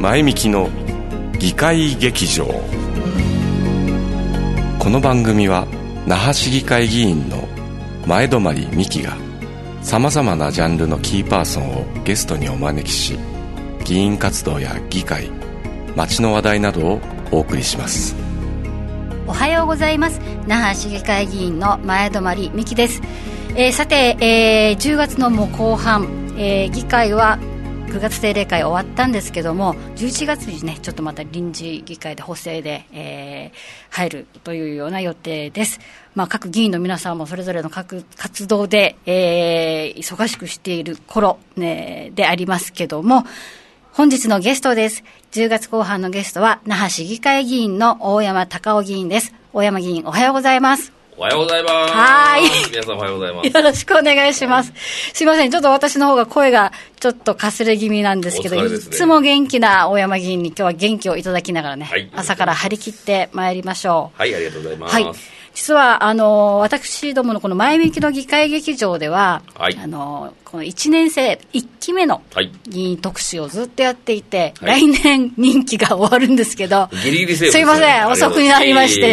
前みきの議会劇場。この番組は那覇市議会議員の前泊美樹がさまざまなジャンルのキーパーソンをゲストにお招きし、議員活動や議会、街の話題などをお送りします。 おはようございます。那覇市議会議員の前泊美樹です。さて、10月のもう後半、議会は9月定例会終わったんですけども、11月にねちょっとまた臨時議会で補正で、入るというような予定です。各議員の皆さんもそれぞれの各活動で、忙しくしている頃、でありますけども、本日のゲストです。10月後半のゲストは那覇市議会議員の大山隆夫議員です。大山議員、おはようございます。 おはようございます。 はい。 皆さんおはようございます。 よろしくお願いします。すいません、ちょっと私の方が声がちょっとかすれ気味なんですけど、いつも元気な大山議員に今日は元気をいただきながらね、はい、朝から張り切ってまいりましょう。 はい、ありがとうございます。 はい、実は私どものこの前向きの議会劇場では、はい、この1年生1期目の議員特集をずっとやっていて、はい、来年任期が終わるんですけど、 ギリギリセーフですね。 すいません、遅くになりまして、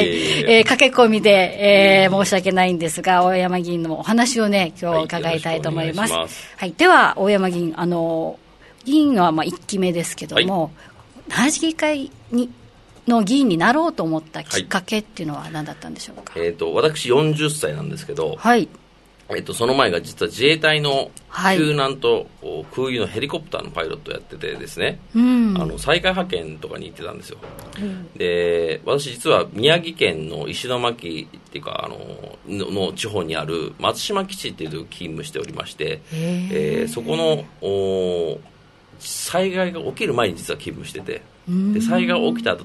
駆け込みで、申し訳ないんですが、大山議員のお話をね今日伺いたいと思います。はい、では大山議員、議員は1期目ですけども、那覇市議会の議員になろうと思ったきっかけっていうのは何だったんでしょうか。 私40歳なんですけど、 はい、 その前が実は自衛隊の救難と空輸のヘリコプターのパイロットをやっててですね、災害派遣とかに行ってたんですよ。で、私実は宮城県の石巻っていうかの地方にある松島基地っていうところに勤務しておりまして、そこの災害が起きる前に実は勤務してて、で災害が起きた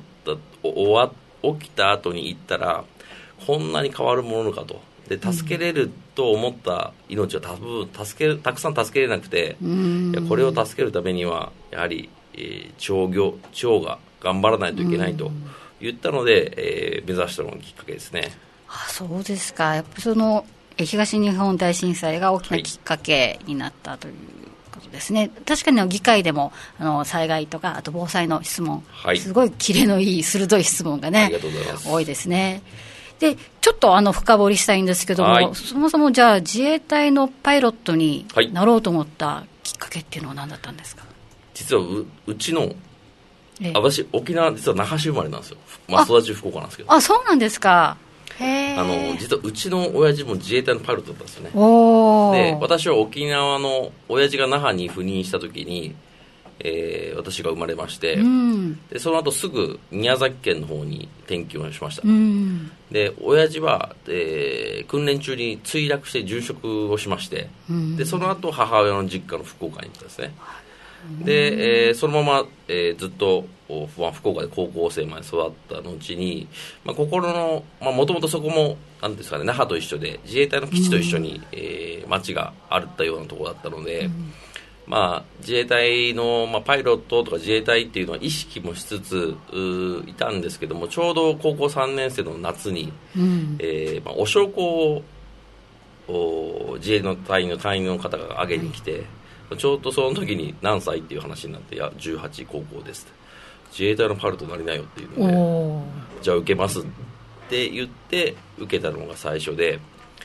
後に行ったらこんなに変わるものかと。で助けれると思った命は多分たくさん助けれなくて、いやこれを助けるためにはやはり、地方が頑張らないといけないと言ったので、目指したのがきっかけですね。 そうですか。やっぱりその東日本大震災が大きなきっかけになったということですね。確かに議会でも災害とかあと防災の質問、すごいキレのいい鋭い質問がね多いですね。でちょっと深掘りしたいんですけども、そもそもじゃあ自衛隊のパイロットになろうと思ったきっかけっていうのは何だったんですか。 実はうちの私沖縄実は那覇市生まれなんですよ。育ち福岡なんですけど。 そうなんですか。 実はうちの親父も自衛隊のパイロットだったんですよね。で私は沖縄の親父が那覇に赴任した時に、私が生まれまして、でその後すぐ宮崎県の方に転勤をしました。で親父は、訓練中に墜落して殉職をしまして、でその後母親の実家の福岡に行ったんですね。で、そのまま、ずっと福岡で高校生まで育った後に、心のもともとそこもなんですかね、那覇と一緒で自衛隊の基地と一緒に、町があったようなところだったので、自衛隊の、パイロットとか自衛隊っていうのは意識もしつついたんですけども、ちょうど高校3年生の夏に、お焼香を自衛隊の隊員の方が挙げに来て、ちょうどその時に何歳っていう話になって、いや18高校です自衛隊のパイロットになりなよっていうので、じゃあ受けますって言って受けたのが最初で、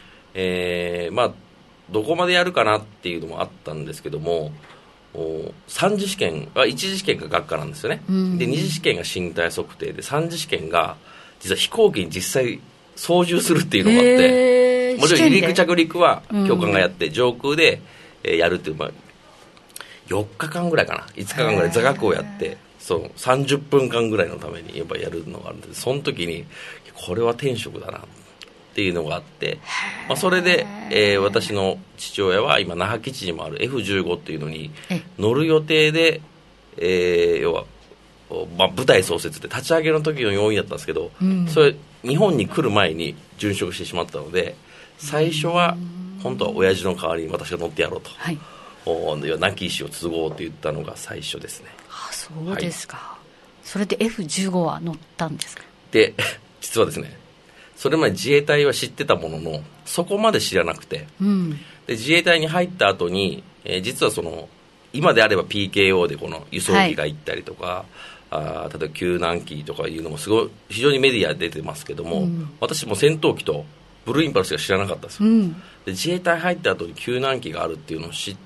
どこまでやるかなっていうのもあったんですけども、3次試験は1次試験が学科なんですよね。で2次試験が身体測定で、3次試験が実は飛行機に実際操縦するっていうのがあって、もちろん離陸着陸は教官がやって、上空でやるっていう、4日間ぐらいかな5日間ぐらい座学をやって、そう30分間ぐらいのためにやっぱやるのがあるんで、その時にこれは天職だなっていうのがあって、それで、私の父親は今那覇基地にもある F15 っていうのに乗る予定で、要は、部隊創設で立ち上げの時の要員だったんですけど、それ日本に来る前に殉職してしまったので、最初は本当は親父の代わりに私が乗ってやろうと、亡き意思を継ごうと言ったのが最初ですね。 そうですか。それで F15 は乗ったんですか。 で実はですね、それまで自衛隊は知ってたもののそこまで知らなくて、で自衛隊に入った後に、実はその今であれば PKO でこの輸送機が行ったりとか、例えば救難機とかいうのも非常にメディア出てますけども、私も戦闘機とブルーインパルスが知らなかったんですよ、で自衛隊入った後に救難機があるっていうのを知って、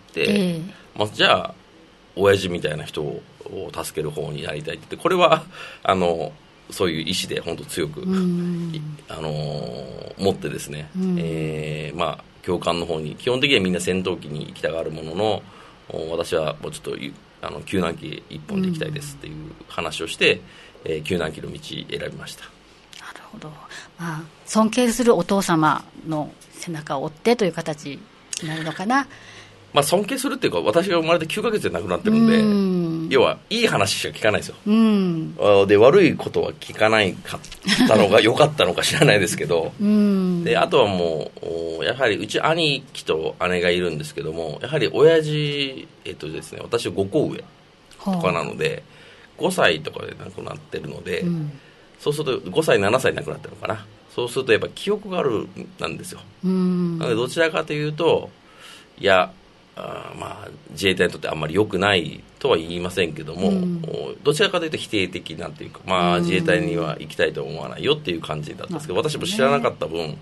じゃあ親父みたいな人を助ける方になりたいって言って、これはそういう意思で本当強く、持ってですね、教官の方に基本的にはみんな戦闘機に行きたがるものの、私はもうちょっと救難機一本で行きたいですっていう話をして、救難機の道選びました。 なるほど、尊敬するお父様の背中を追ってという形になるのかな。 尊敬するっていうか、私が生まれて9ヶ月で亡くなってるんで、要はいい話しか聞かないですよ、で悪いことは聞かないかったのが良かったのか知らないですけど、であとはもうやはりうち兄貴と姉がいるんですけども、やはり親父ですね、私は5個上とかなので、5歳とかで亡くなってるので、そうすると5歳7歳で亡くなってるのかな。そうするとやっぱ記憶があるなんですよ。なのでどちらかというと、いや自衛隊にとってあんまり良くないとは言いませんけども、どちらかというと否定的なというか、自衛隊には行きたいとは思わないよっていう感じだったんですけど、私も知らなかった分、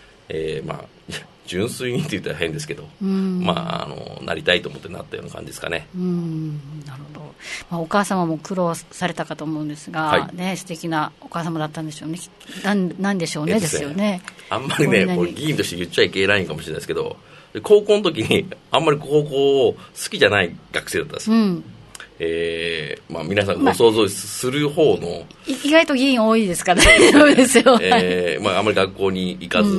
純粋にって言ったら変ですけど、なりたいと思ってなったような感じですかね。 なるほど、お母様も苦労されたかと思うんですが、素敵なお母様だったんでしょうね。なんでしょうね、ですよね。あんまりね、 これ議員として言っちゃいけないかもしれないですけど、高校の時にあんまり高校を好きじゃない学生だったんですよ。皆さんご想像する方の、 意外と議員多いですから大丈夫ですよ。 あんまり学校に行かず、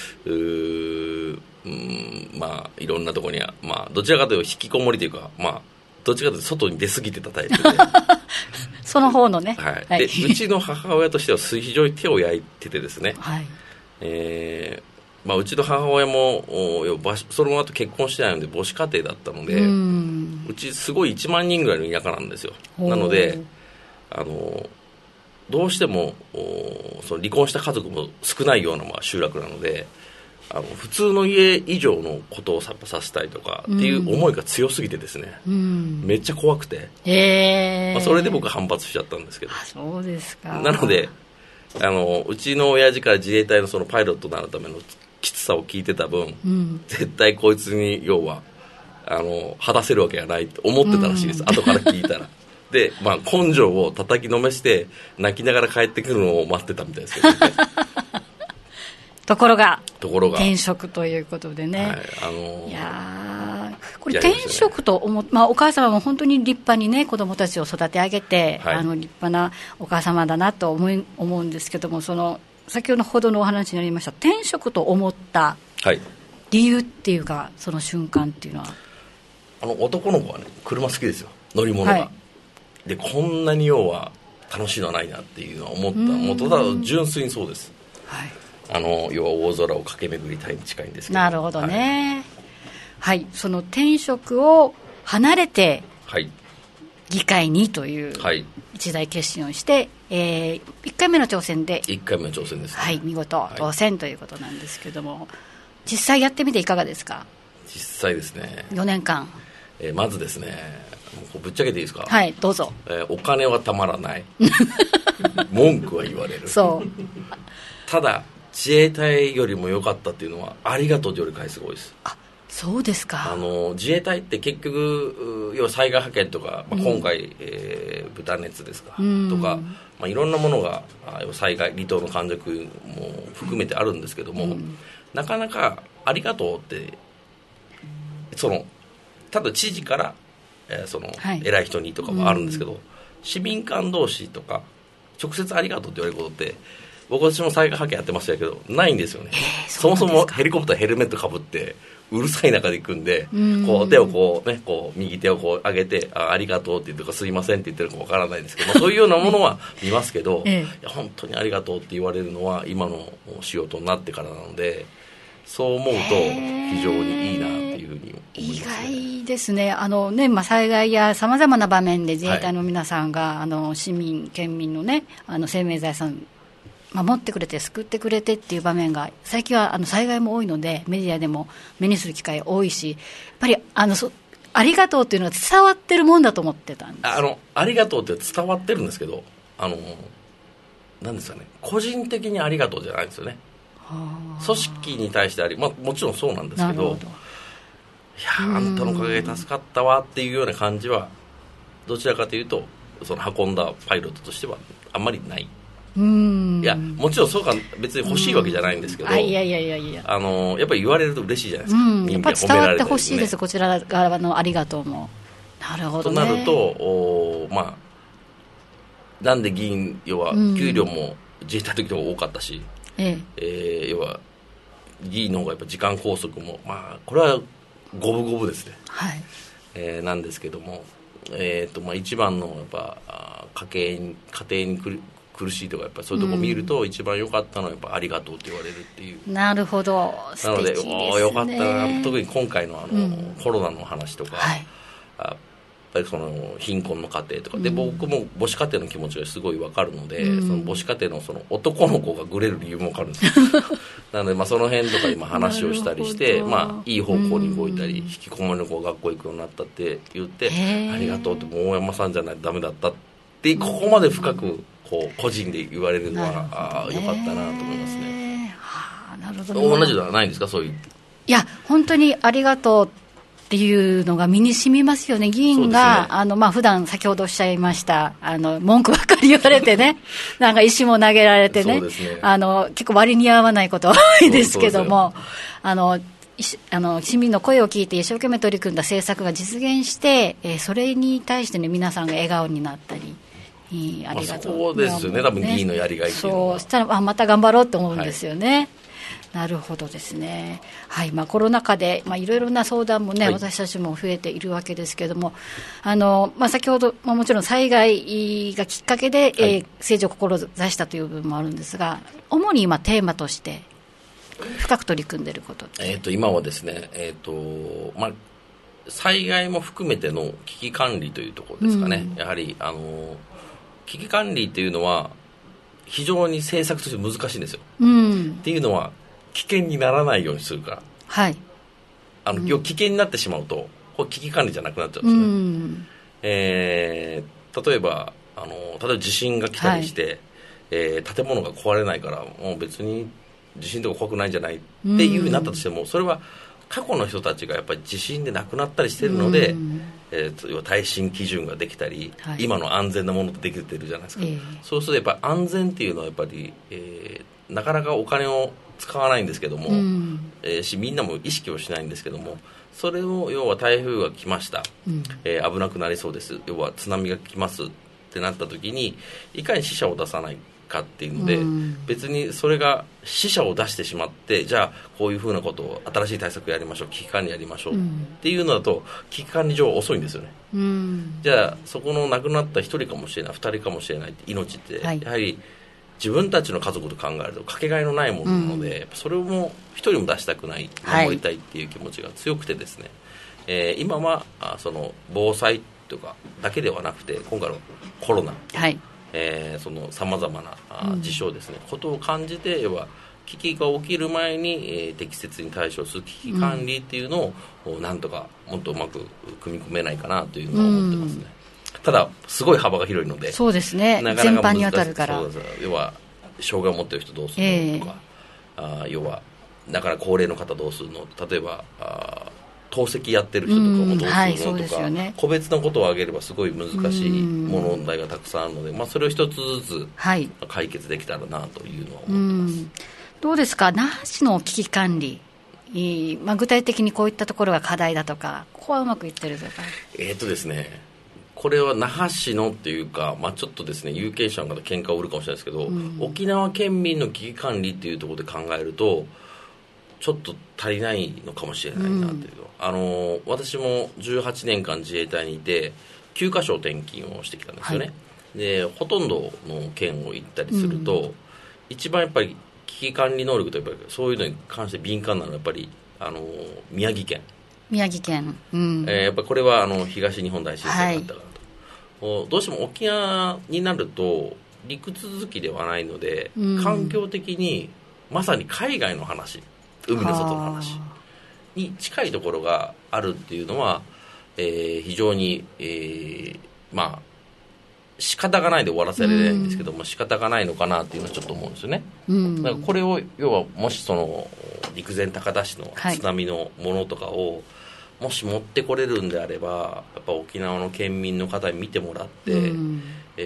いろんなところには、どちらかというと引きこもりというか、どちらかというと外に出過ぎてたタイプでその方のね、 でうちの母親としては非常に手を焼いててですね、うちの母親もその後結婚してないので母子家庭だったので、うちすごい1万人ぐらいの田舎なんですよ。なのでどうしてもその離婚した家族も少ないような集落なので、普通の家以上のことをさせたいとかっていう思いが強すぎてですね、めっちゃ怖くて、それで僕は反発しちゃったんですけど。 そうですか。 なのでうちの親父から自衛隊のそのパイロットになるためのきつさを聞いてた分、絶対こいつに要は果たせるわけがないと思ってたらしいです、後から聞いたら。で、根性を叩きのめして泣きながら帰ってくるのを待ってたみたいですけど、ね、 ところが転職ということでね、いやこれ転職とお母様も本当に立派にね子供たちを育て上げて、立派なお母様だなと思うんですけども、その先ほどのお話になりました転職と思った理由っていうか、その瞬間っていうのは、 男の子はね車好きですよ、乗り物が、でこんなに要は楽しいのはないなっていうのは思った。もうただ純粋にそうです、要は大空を駆け巡りたいに近いんですけど。 なるほどね、その転職を離れて議会にという一大決心をして、1回目の挑戦で 1回目の挑戦です、ね、 見事当選ということなんですけども、実際やってみていかがですか。 実際ですね、 4年間、 まずですね、ぶっちゃけていいですか。 どうぞ。 お金はたまらない文句は言われる。ただ自衛隊よりも良かったっていうのはありがとうより返すが多いです。 そうですか。 自衛隊って結局要は災害派遣とか、今回、豚熱ですか、とか、いろんなものが災害離島の陥落も含めてあるんですけども、なかなかありがとうってただ知事から偉い人にとかもあるんですけど、市民間同士とか直接ありがとうって言われることって僕私も災害派遣やってましたけどないんですよね。そもそもヘリコプターヘルメットかぶってうるさい中で行くんで、手を右手を上げて ありがとうって言ってるかすいませんって言ってるかわからないですけど、そういうようなものは見ますけど、いや本当にありがとうって言われるのは今の仕事になってからなので、そう思うと非常にいいなっていうふうに思いますね。 意外ですね。災害やさまざまな場面で自衛隊の皆さんが、市民県民のね生命財産守ってくれて救ってくれてっていう場面が最近は災害も多いのでメディアでも目にする機会多いし、やっぱりありがとうっていうのが伝わってるもんだと思ってたんです。 ありがとうって伝わってるんですけど、なんですかね、個人的にありがとうじゃないんですよね。組織に対してもちろんそうなんですけど、いやあんたのおかげで助かったわっていうような感じはどちらかというとその運んだパイロットとしてはあんまりない。いやもちろんそうか別に欲しいわけじゃないんですけど、やっぱり言われると嬉しいじゃないですか。 やっぱり伝わってほしいです、こちら側のありがとうも。なるほどね。 となるとなんで議員要は給料も自衛隊の時の方が多かったし、要は議員の方がやっぱ時間拘束もこれは五分五分ですね、なんですけども、一番のやっぱ家庭に苦しいとかやっぱそういうところを見ると、一番良かったのはやっぱありがとうって言われるっていう。 なるほど、素敵ですね。 なので良かったな。特に今回のコロナの話とか、やっぱりその貧困の家庭とかで、僕も母子家庭の気持ちがすごい分かるので、その母子家庭のその男の子がグレる理由も分かるんですよなのでその辺とか今話をしたりしていい方向に動いたり、引きこもりの子が学校行くようになったって言って、ありがとうって大山さんじゃないとダメだったってここまで深く個人で言われるのは良かったなと思いますね。 なるほど。 同じではないんですか、そういう。 いや本当にありがとうっていうのが身に染みますよね。議員が、普段先ほどおっしゃいました文句ばっかり言われてねなんか石も投げられてね、結構割に合わないことは多いですけども、市民の声を聞いて一生懸命取り組んだ政策が実現して、それに対して、ね、皆さんが笑顔になったり、ありがとう、 そうですよね、多分議員のやりがいっていうのは。 そうしたらまた頑張ろうと思うんですよね。なるほどですね。コロナ禍で、いろいろな相談もね、私たちも増えているわけですけれども、先ほど、もちろん災害がきっかけで、政治を志したという部分もあるんですが、主に今テーマとして深く取り組んでいること、 今はですね、災害も含めての危機管理というところですかね。やはり危機管理というのは非常に政策として難しいんですよ、っていうのは危険にならないようにするから、危険になってしまうとこれ危機管理じゃなくなっちゃうんですね。例えば地震が来たりして、建物が壊れないからもう別に地震とか怖くないんじゃないっていうふうになったとしても、それは過去の人たちがやっぱり地震で亡くなったりしてるので、要は耐震基準ができたり、今の安全なものってできてるじゃないですか、そうするとやっぱり安全っていうのはやっぱり、なかなかお金を使わないんですけども、みんなも意識をしないんですけども、それを要は台風が来ました、危なくなりそうです、要は津波が来ますってなった時にいかに死者を出さないかっていうので、別にそれが死者を出してしまって、じゃあこういうふうなことを新しい対策やりましょう、危機管理やりましょうっていうのだと危機管理上遅いんですよね。じゃあそこの亡くなった1人かもしれない2人かもしれないって命って、やはり自分たちの家族と考えるとかけがえのないものなので、やっぱそれをもう1人も出したくない、守りたいっていう気持ちが強くてですね、今はその防災とかだけではなくて、今回のコロナ、そのさまざまな事象ですね、ことを感じて、要は危機が起きる前に、適切に対処する危機管理っていうのを、なんとかもっとうまく組み込めないかなというのは思ってますね。ただすごい幅が広いので、 そうですね、なかなか全般にわたるから、 要は障害を持っている人どうするのとか、要はだから高齢の方どうするの、例えば透析やってる人とかもどうするのとか、個別のことを挙げればすごい難しい問題がたくさんあるので、それを一つずつ解決できたらなというのは思ってます。 どうですか、那覇市の危機管理、具体的にこういったところが課題だとか、ここはうまくいってるとか。 ですね、これは那覇市のっていうか、ちょっとですね有権者の方喧嘩を売るかもしれないですけど、沖縄県民の危機管理っていうところで考えるとちょっと足りないのかもしれないなっていう、私も18年間自衛隊にいて9カ所転勤をしてきたんですよね、でほとんどの県を行ったりすると、一番やっぱり危機管理能力とやっぱりそういうのに関して敏感なのはやっぱり宮城県、やっぱりこれは東日本大震災だったからと、どうしても沖縄になると陸続きではないので、環境的にまさに海外の話、海の外の話に近いところがあるっていうのは、 非常に、まあ仕方がないで終わらせられないんですけども、仕方がないのかなっていうのはちょっと思うんですよね。だからこれを要はもしその陸前高田市の津波のものとかをもし持ってこれるんであれば、やっぱ沖縄の県民の方に見てもらって、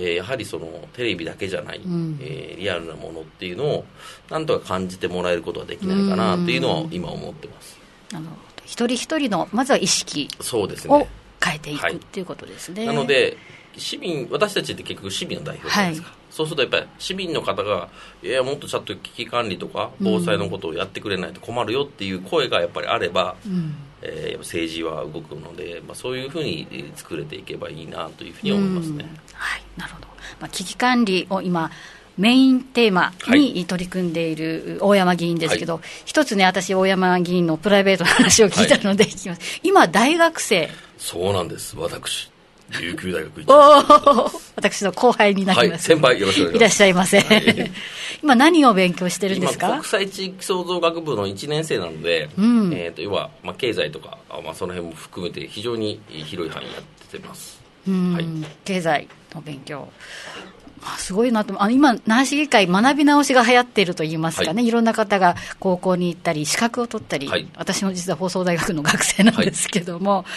やはりそのテレビだけじゃない、リアルなものっていうのをなんとか感じてもらえることはできないかなっていうのは今思ってます。 一人一人のまずは意識を変えていくっていうことですね。 なので私たちって結局市民の代表じゃないですか、そうするとやっぱり市民の方がもっとちゃんと危機管理とか防災のことをやってくれないと困るよっていう声がやっぱりあれば、やっぱ政治は動くので、そういうふうに作れていけばいいなというふうに思いますね。 なるほど。危機管理を今メインテーマに取り組んでいる大山議員ですけど、一つね、私大山議員のプライベートの話を聞いたので聞きます。今大学生。 そうなんです。私琉球大学1年私の後輩になります、 先輩よろしくお願いします。 いらっしゃいませ、今何を勉強してるんですか？ 今国際地域創造学部の1年生なので、要は、経済とか、その辺も含めて非常に広い範囲やってます。 経済の勉強すごいなと。今那覇市議会学び直しが流行っているといいますかね、いろんな方が高校に行ったり資格を取ったり、私も実は放送大学の学生なんですけども、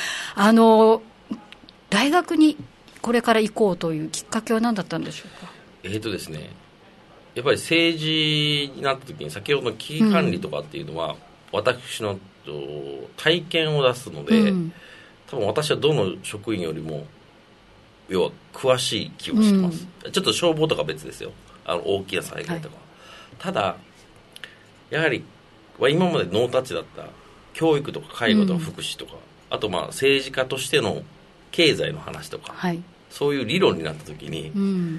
大学にこれから行こうというきっかけは何だったんでしょうか？ ですね、やっぱり政治になった時に先ほどの危機管理とかっていうのは、私の体験を出すので、多分私はどの職員よりも要は詳しい気をしてます、ちょっと消防とか別ですよ、大きな災害とか、ただやはり今までノータッチだった教育とか介護とか福祉とか、あと政治家としての経済の話とか、そういう理論になった時に、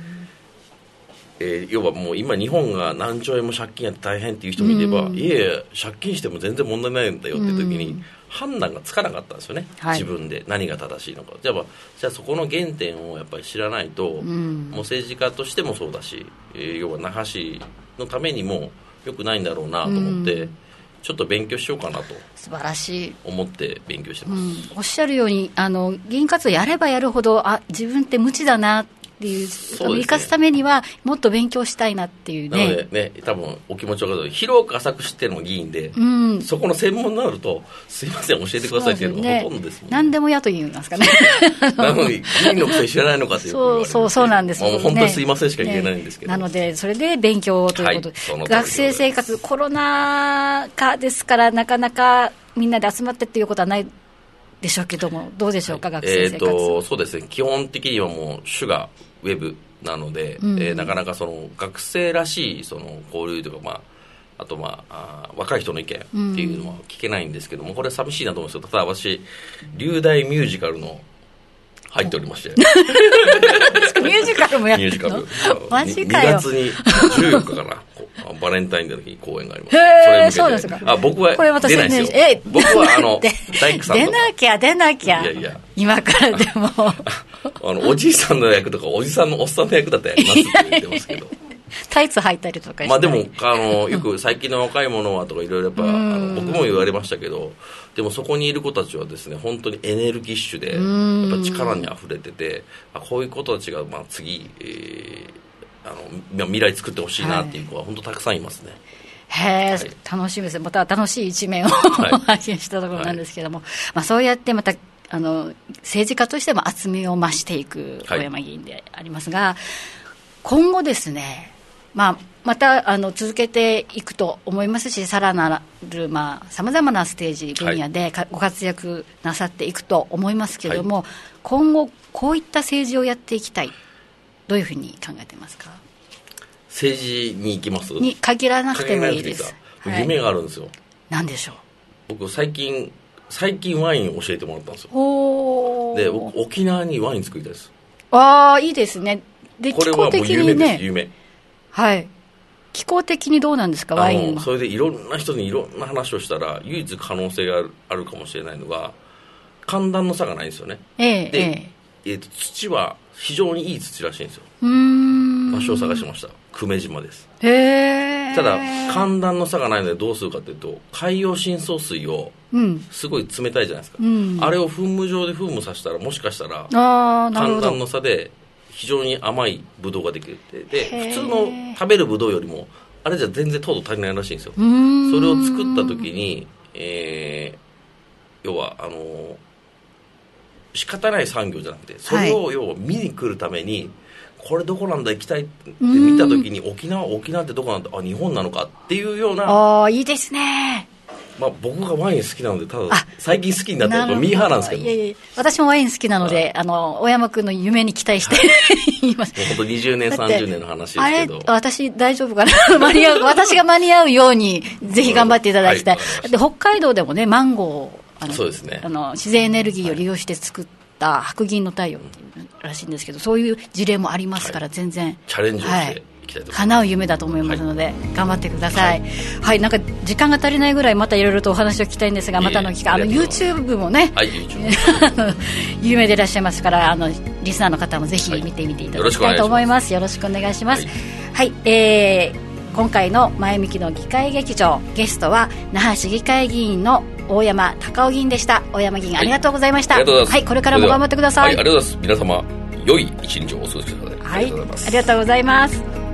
要はもう今日本が何兆円も借金やって大変っていう人もいれば、いや借金しても全然問題ないんだよっていう時に、判断がつかなかったんですよね、自分で何が正しいのか。じゃあそこの原点をやっぱり知らないと、もう政治家としてもそうだし、要は那覇市のためにも良くないんだろうなと思って、ちょっと勉強しようかなと素晴らしい思って勉強してます、 おっしゃるように議員活動やればやるほど自分って無知だなっていう、生かすためにはもっと勉強したいなっていうね。 なのでね、多分お気持ちは分かる。広く浅く知ってるのが議員で、そこの専門になるとすいません教えてくださいっていうのがほとんどですもんね。 何でもやと言いますかねなのに議員のくせに知らないのかっていうそうなんですよね。 本当にすいませんしか言えないんですけど、 なのでそれで勉強ということで、学生生活コロナ禍ですからなかなかみんなで集まってっていうことはないでしょうけども、どうでしょうか、学生生活。 そうですね、基本的にはもう主がウェブなので、なかなかその学生らしいその交流とか、あと若い人の意見っていうのは聞けないんですけども、これは寂しいなと思うんですけど、ただ私流大ミュージカルの入っておりましてミュージカルもやってるの？マジかよ。 2月に14日かなバレンタインデーの日に公演があります。 そうですか。 僕は出ないですよ。僕は大工さんとか出なきゃいや今からでもおじいさんの役とかおじさんのおっさんの役だったらやりますって言ってますけどタイツ履いたりとかして、 でもよく最近の若い者はとかいろいろやっぱ僕も言われましたけど、でもそこにいる子たちはですね本当にエネルギッシュでやっぱ力にあふれてて、こういう子たちが次、未来作ってほしいなっていう子は本当たくさんいますね。 楽しみです。また楽しい一面を発見したところなんですけども、そうやってまた政治家としても厚みを増していく大山議員でありますが、今後ですね、また続けていくと思いますし、さらなるさまざまなステージ分野でご活躍なさっていくと思いますけれども、今後こういった政治をやっていきたい、どういうふうに考えていますか？ 政治に行きますに限らなくてもいいです。 夢があるんですよ。 何でしょう？ 僕最近ワインを教えてもらったんですよ。で僕沖縄にワイン作りたいです。いいですね。でこれはもう夢です。夢。 気候的にどうなんですか、ワインは。 それでいろんな人にいろんな話をしたら、唯一可能性があるかもしれないのが寒暖の差がないんですよね。で、土は非常にいい土らしいんですよ。場所を探しました。久米島です。 ただ寒暖の差がないのでどうするかというと、海洋深層水をすごい冷たいじゃないですか、あれを噴霧状で噴霧させたら、もしかしたら寒暖の差で非常に甘いブドウができるって。で、普通の食べるブドウよりもあれじゃ全然糖度足りないらしいんですよ。それを作った時に、要は仕方ない産業じゃなくて、それを要は見に来るために、これどこなんだ行きたいって見た時に、沖縄ってどこなんだ、あ、日本なのかっていうような。 いいですね。 僕がワイン好きなので、ただ最近好きになってるとミーハーなんですけど。 いや私もワイン好きなので、大山君の夢に期待して言います。 本当20年30年の話ですけど、 私大丈夫かな私が間に合うようにぜひ頑張っていただきたい、で北海道でもね、マンゴーそうですね、 自然エネルギーを利用して作った白銀の太陽らしいんですけど、そういう事例もありますから、全然チャレンジをしていきたいと思います。 叶う夢だと思いますので、頑張ってください。はい、なんか時間が足りないぐらいまたいろいろとお話を聞きたいんですが、またの機会、YouTube もね、 YouTube 有名でいらっしゃいますから、リスナーの方もぜひ見てみていただきたいと思います。よろしくお願いします。はい、今回の前向きの議会劇場、ゲストは那覇市議会議員の大山隆夫議員でした。大山議員、ありがとうございました。はい、これからも頑張ってください。 ありがとうございます。皆様良い一日をお過ごしください。 はい、ありがとうございます。